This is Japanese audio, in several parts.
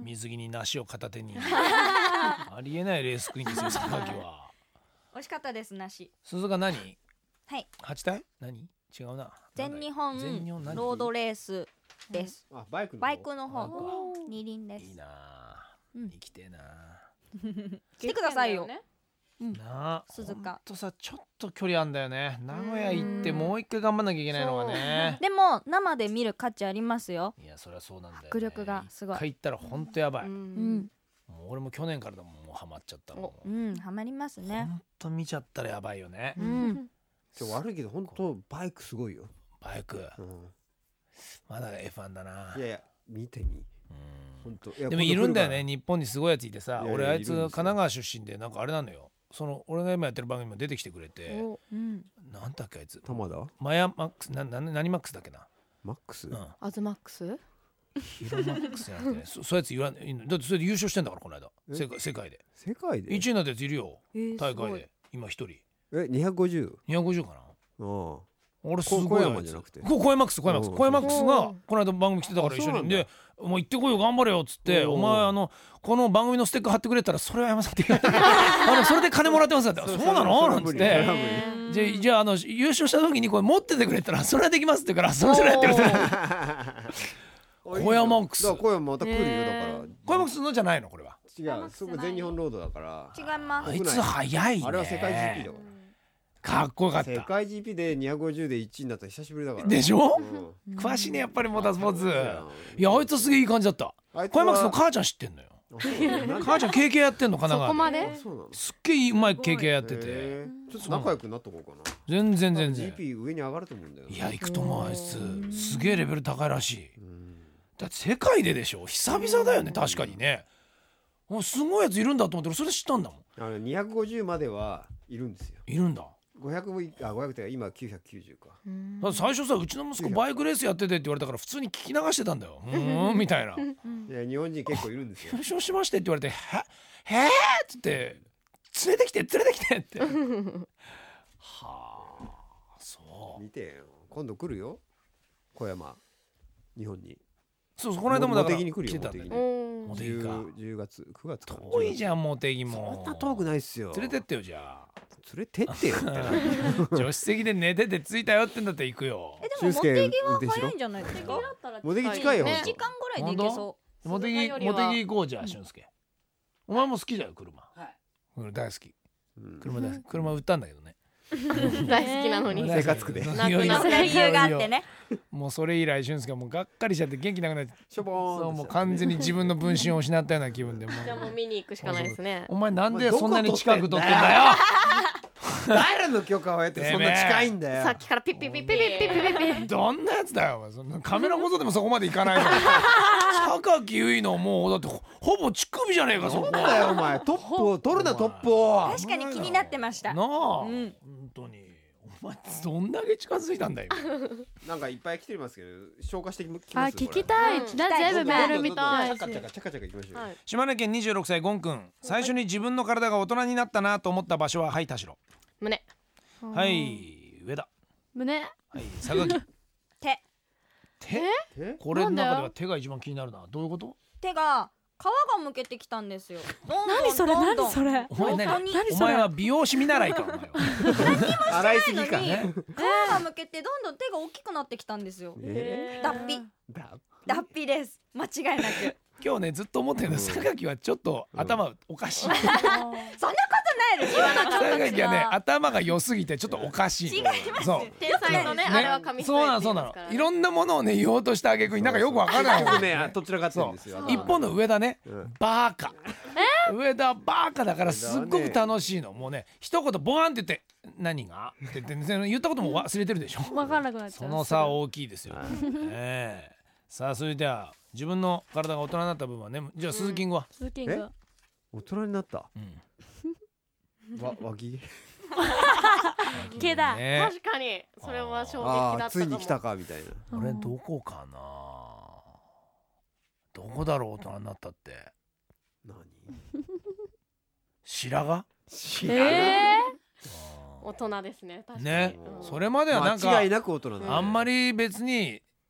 水着に梨を片手にありえないレースクイーンですよ榊は。 美味しかったです梨。 鈴が何？ はい。 8体？何？違うな。 全日本何ロードレースです。 あ、バイクの方か。 二輪です。 いいな。生きてえな。 来てくださいよ。 なあ、 鈴鹿。 ほんとさ、ちょっと距離あんだよね。名古屋行ってもう一回頑張んなきゃいけないのがね。 でも生で見る価値ありますよ。 いや、そりゃそうなんだよね。 迫力がすごい。 一回行ったらほんとやばい。もうんう俺も去年からだもん、もうハマっちゃったもん。 うん、ハマりますほね。 んと見ちゃったらやばいよね。 うん。 悪いけど本当バイクすごいよ。 バイク。まだ F1 だな。 いやいや、見てみ。本当。 でもいるんだよね、日本にすごいやついてさ。 いやいや俺あいついるんですよ神奈川出身で、なんかあれなのよ。その俺が今やってる番組も出てきてくれて、なんだっけあいつ、 玉田マヤマックス、何マックスだっけな。 マックス、 アズマックス、 ヒロマックスじゃなくてね、そういうやつ言わない。だってそれで優勝してんだから、この間世界で世界で 1位になったやついるよ、大会で。今一人 250 250かな。俺すごい。 小山じゃなくて小山マックスがこの間番組来てたから一緒にで、もう行ってこいよ頑張れよっつって、お前この番組のステッカー貼ってくれたらそれは山さんって言われてそれで金もらってますってそうなのなんつってじゃあ優勝した時にこれ持っててくれたらそれはできますって言うからそれやってるって小山マックス。 小山また来るよ。だから小山マックスのじゃないのこれは。 違う、そこ全日本ロードだから。 違います。 あいつ早いね。 あれは世界 GP だから。 かっこよかった。 世界 GP で250で1位になったら久しぶりだからでしょ。詳しいねやっぱりモータースポーツ。いやあいつすげえいい感じだった。小山マックスの母ちゃん知ってんのよ。母ちゃん経験やってんの神奈川で。すっげえうまい経験やってて、 ちょっと仲良くなっとこうかな。 全然 GP 上に上がると思うんだよ。 いや行くと思う。あいつすげえレベル高いらしい。だって世界ででしょ。久々だよね。確かにね。すごいやついるんだと思ってそれで知ったんだもん。 250まではいるんですよ。 いるんだ。 500って今990か。 だって最初さうちの息子バイクレースやっててって言われたから普通に聞き流してたんだよ。みたいな。いや日本人結構いるんですよ。 優勝しましてって言われてへえっつって連れてきてってはあそう。 見てよ今度来るよ小山日本に。 そうこの間もだから茂木に来るよ。 来てたんだよね。茂木か 10月9月か。 遠いじゃん茂木も。 そんな遠くないっすよ。 連れてってよじゃあ。 連れてってよ助手席で寝てて着いたよってんだったら行くよ。 でも茂木は早いんじゃないですか。 茂木近いよ。 1時間ぐらいで行けそう。 茂木行こうじゃあ俊介。お前も好きだよ車。大好き。車売ったんだけどね。 大好きなのに生活苦で理由があってね。 もうそれ以来俊介はもうがっかりしちゃって元気なくなってしょぼーん。 もう完全に自分の分身を失ったような気分で。 じゃあもう見に行くしかないですね。 お前なんでそんなに近く撮ってんだよ。 誰の許可を得てそんな近いんだよ。 さっきからピッピッピッピッピッピッピッピッ。 どんなやつだよお前。そんなカメラ細でもそこまでいかないの。榊結衣のもうだってほぼ乳首じゃねえかそこ。 そうだよお前トップを取るなトップを。 確かに気になってましたなあ。本当にお前どんだけ近づいたんだよ。 なんかいっぱい来てますけど消化してきます。 聞きたい。全部メールみたい。 チャカチャカ行きましょう。 島根県26歳ゴンくん。最初に自分の体が大人になったなと思った場所ははい田代。 胸。 はい上田。 胸。 はい榊。手これの中では手が一番気になるな。どういうこと？ 手が皮がむけてきたんですよ。 何それ何それ。 お前お前は美容師見習いかお前は。 洗いすぎか。 皮がむけてどんどん手が大きくなってきたんですよ。脱皮です。間違いなく。 今日ねずっと思ってるんだ。榊はちょっと頭おかしい。 そんなことないですよ。 榊はね頭が良すぎてちょっとおかしい。 違います。 天才のねあれは紙一重。 そうなの。いろんなものをね言おうとした挙句になんかよくわからない。 ねどちらかってるんですよ。 一方の上田ねバーカ。上田バーカだからすっごく楽しいの。もうね一言ボワンって言って何がって言ったことも忘れてるでしょ。 分からなくなっちゃう。 その差大きいですよ。さあそれでは自分の体が大人になった部分はね。じゃあ鈴キングは鈴キング大人になった。脇毛だ。確かにそれは衝撃だったかも。 ついに来たかみたいな。 俺どこかな。どこだろう大人になったって。 何？ 白髪？ 大人ですね。確かにね。それまではなんか間違いなく大人だ。 あんまり別に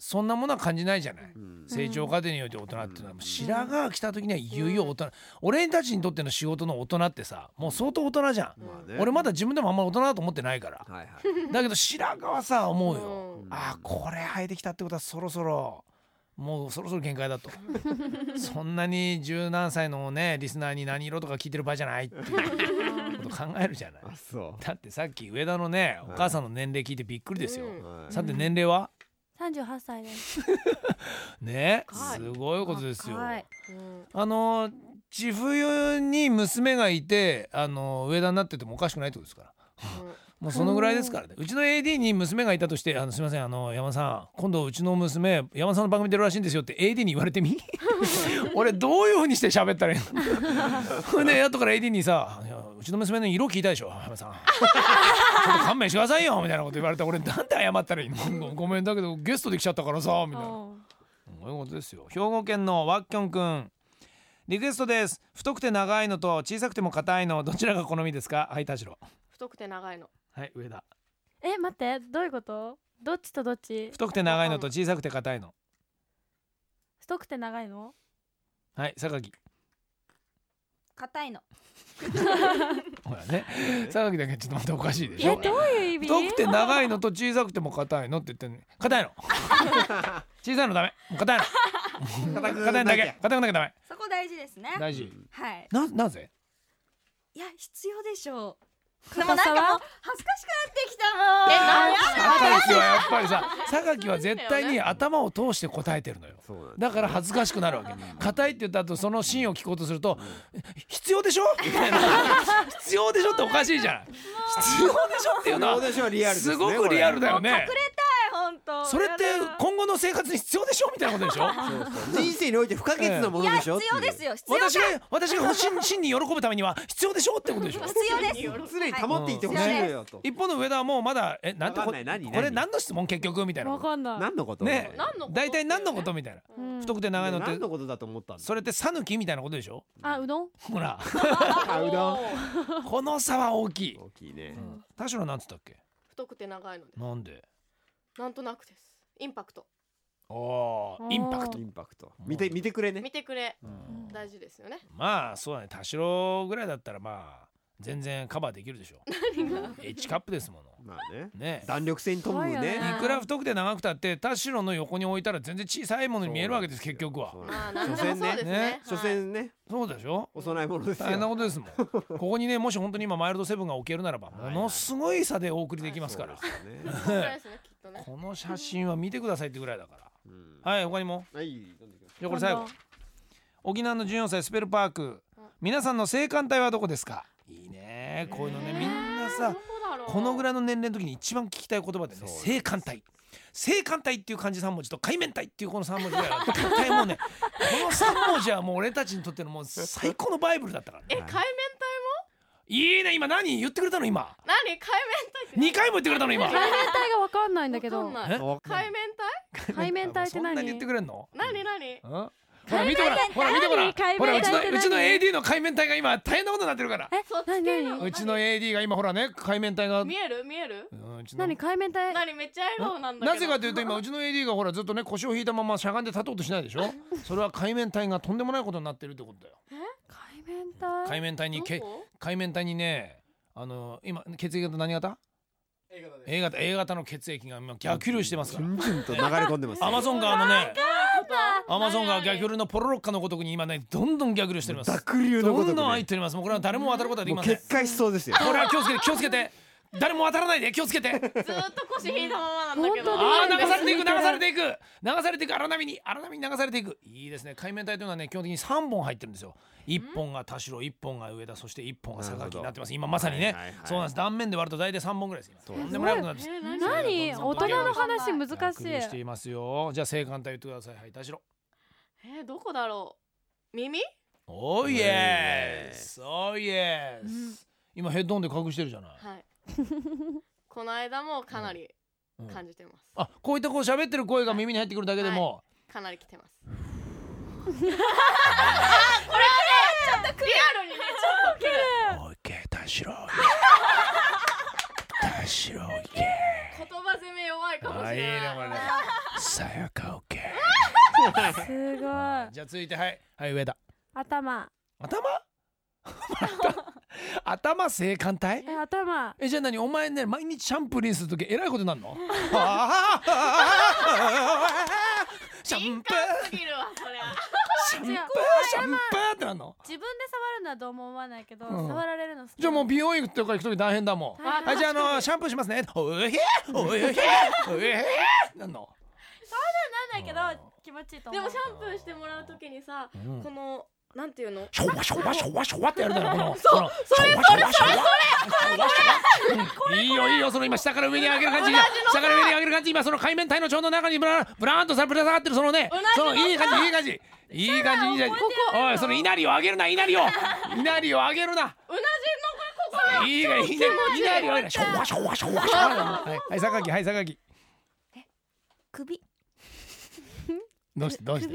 そんなものは感じないじゃない、 うん成長過程によって大人っていうのは、もう白髪が来た時にはいよいよ大人、俺たちにとっての仕事の大人ってさもう相当大人じゃん、 まあね俺まだ自分でもあんまり大人だと思ってないから、 はいはいだけど白髪はさ思うよ、 うんあこれ生えてきたってことはそろそろ限界だとそんなに十何歳のねリスナーに何色とか聞いてる場合じゃないっていうこと考えるじゃないあそだってさっき上田のねお母さんの年齢聞いてびっくりですよ、 うんうはいさて年齢は 38歳です。 ねはいすごいことですよ、 はいうん千冬に娘がいて上田になっててもおかしくないってことですからもうそのぐらいですからね。うちの AD に娘がいたとしてすいません山さん今度うちの娘山さんの番組出るらしいんですよって AD に言われてみ俺どういう風にして喋ったらいいのそれで後から AD にさいやうちの娘の色聞いたでしょ山さんちょっと勘弁してくださいよみたいなこと言われたら俺なんで謝ったらいいのごめんだけどゲストで来ちゃったからさみたいなそういうことですよ。兵庫県のわっきょんくんリクエストです。太くて長いのと小さくても硬いのどちらが好みですか。はい田代。 太くて長いの。 はい上田。 待ってどういうこと？どっちとどっち？ 太くて長いのと小さくて硬いの。 太くて長いの？ はい榊。 硬いの。 ほらね榊だけちょっとまたおかしいでしょ。 どういう意味？ 太くて長いのと小さくても硬いのって言ってんね。硬いの小さいのダメ硬いの硬いのだけ硬くなきゃダメ。 そこ大事ですね。 大事。 はい。 なぜ？ いや必要でしょう。でもなんかもう恥ずかしくなってきたもん。 榊はやっぱりさ榊は絶対に頭を通して答えてるのよ。 そうなんですだから恥ずかしくなるわけ。硬いって言った後そのシーンを聞こうとすると必要でしょみたいな必要でしょっておかしいじゃん。必要でしょっていうのは必要でしょはリアルですねすごくリアルだよね。 隠れたい本当。 それって今後の生活に必要でしょみたいなことでしょ。 人生において不可欠なものいやでしょ必要ですよ。必要私が真に喜ぶためには必要でしょってことでしょ。 必要です。 常に保っていてほしいのよと一方の上田はもうまだなんてわかんない何これ何の質問結局みたいなわかんない。 何のことね何のこと大体何のことみたいな。 うん太くて長いのって何のことだと思ったんだそれって讃岐みたいなことでしょ。 うどん？ ほらあうどんこの差は大きい。 大きいね田代なんつったっけ。 太くて長いので。 なんで。 なんとなくです。インパクト。 インパクトイ。ンパクト見てくれね見てくれ。 うん大事ですよね。 まあそうだね田代ぐらいだったらまあ全然カバーできるでしょ。H カップですもの。 まあねね弾力性に富むすごいねよねいくら太くて長くたって田代の横に置いたら全然小さいものに見えるわけですそう結局は。 そうまあ何でもそうですね。 所詮ねそうでしょ。 お供え物ですよ大変なことですもん。ここにねもし本当に今マイルドセブンが置けるならばものすごい差でお送りできますから。 そうですよねそうですねきっとね。 この写真は見てくださいってぐらいだから。 うんはい他にも。 はいどんどんいきましょじゃあこれ最後。沖縄の14歳スペルパーク。皆さんの性感帯はどこですか。いいねこういうのねみんなさこのぐらいの年齢の時に一番聞きたい言葉でねそうです性感帯。性感帯っていう漢字3文字と海面体っていうこの3文字ぐらいは絶対もうねこの3文字はもう俺たちにとってのもう最高のバイブルだったからね。 海面体いいね今何言ってくれたの今。 も？何海面体って？ 2回も言ってくれたの今。 海面体がわかんないんだけど。 わかんない。 う海面体？ 海面体って何？ そんなに言ってくれんの。 何？ うんほら見てほら見てほら海ほら面体って何うちの AD の海面体が今大変なことになってるから。 そっち系何なの？ うちの AD が今ほらね海面体が見える見える？ うちの何海面体？ 何めっちゃ笑顔なんだけど。 なぜかというと今うちの AD がほらずっとね腰を引いたまましゃがんで立とうとしないでしょ。それは海面体がとんでもないことになってるってことだよ。 海面体？ 海面体にどこ？ 海面体にね今血液型何型？A 型の血液が今逆流してますから。 順々と流れ込んでますアマゾン川のねアマゾン川逆流のポロロッカのごとくに今ねどんどん逆流しております。 濁流のごとくねどんどん入っております。もうこれは誰も渡ることはできません。 もう決壊しそうですよこれは気をつけて誰も渡らないで気をつけて。 ずーっと腰引いたままなんだけど。 本当に流されていく荒波に流されていく。いいですね。海面体というのはね基本的に3本入ってるんですよ。1本が田代、1本が上田、そして1本が榊になってます。今まさにね、 はいはいはいそうなんです。断面で割ると大体3本ぐらいです。今とんでもないことなんです。 何？大人の話難し逆流していますよ。じゃあ性感帯言ってください。はい田代。 どこだろう？耳？ おーイエスおーイエス。今ヘッドホンで隠してるじゃない。 はいこの間もかなり感じてます。 あこういったこう喋ってる声が耳に入ってくるだけでも、 かなり来てます。これはねちょっとリアルにねちょっと来る。 おいけ田代田代いけ言葉攻め弱いかもしあいいれない。 ねこれねさやかはいはい上田。 頭。 頭性感帯？ 頭。 じゃあ何お前ね毎日シャンプーリンするときえらいことなんの？シャンプーすぎるわそれ。 シャンプーってなんの？ 自分で触るのはどうも思わないけど、 うん触られるの好き。 じゃあもう美容院とか行くとき大変だもん。はいじゃあシャンプーしますね。おいへおいへなんの？ なんだけど気持ちいいと思う。 でもシャンプーしてもらうときにさ、このなんていうの？ ショワってやるだろこの。 それいいよその今下から上に上げる感じ。下から上に上げる感じ。今その海面体のちょうど中にブラーンとぶら下がってるそのね。そのいい感じ。おいその稲荷を上げるな。稲荷を上げるな。 うなじのここ。 いいがいいね。稲荷をショワ。はい榊。 首。 どう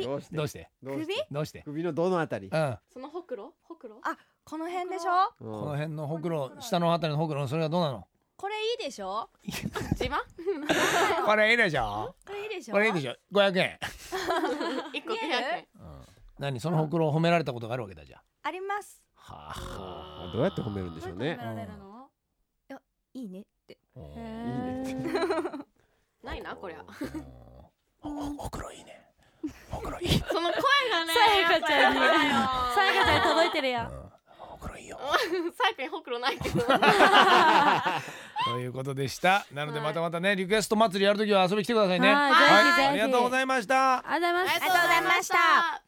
して首のどのあたり？ そのほくろ？ あ、この辺でしょ。 この辺のほくろ下のあたりのほくろそれはどうなの？ これいいでしょ。 自慢？ これいいでしょ。 これいいでしょ。 これいいでしょ。500円。 1個900円。 何そのほくろを褒められたことがあるわけだじゃあります。 はあ。 どうやって褒めるんでしょうね。 いいねって。 いいね。 ないなこりゃ。 ほくろいいね。ほくろいい。 その声がね。 さやかちゃんに届いてるやん。 ほくろいいよ。 サイペンほくろないけど。 ということでした。なのでまたねリクエスト祭りやるときは遊び来てくださいね。 はい、ぜひぜひ。 ありがとうございました。 ありがとうございました。 ありがとうございました。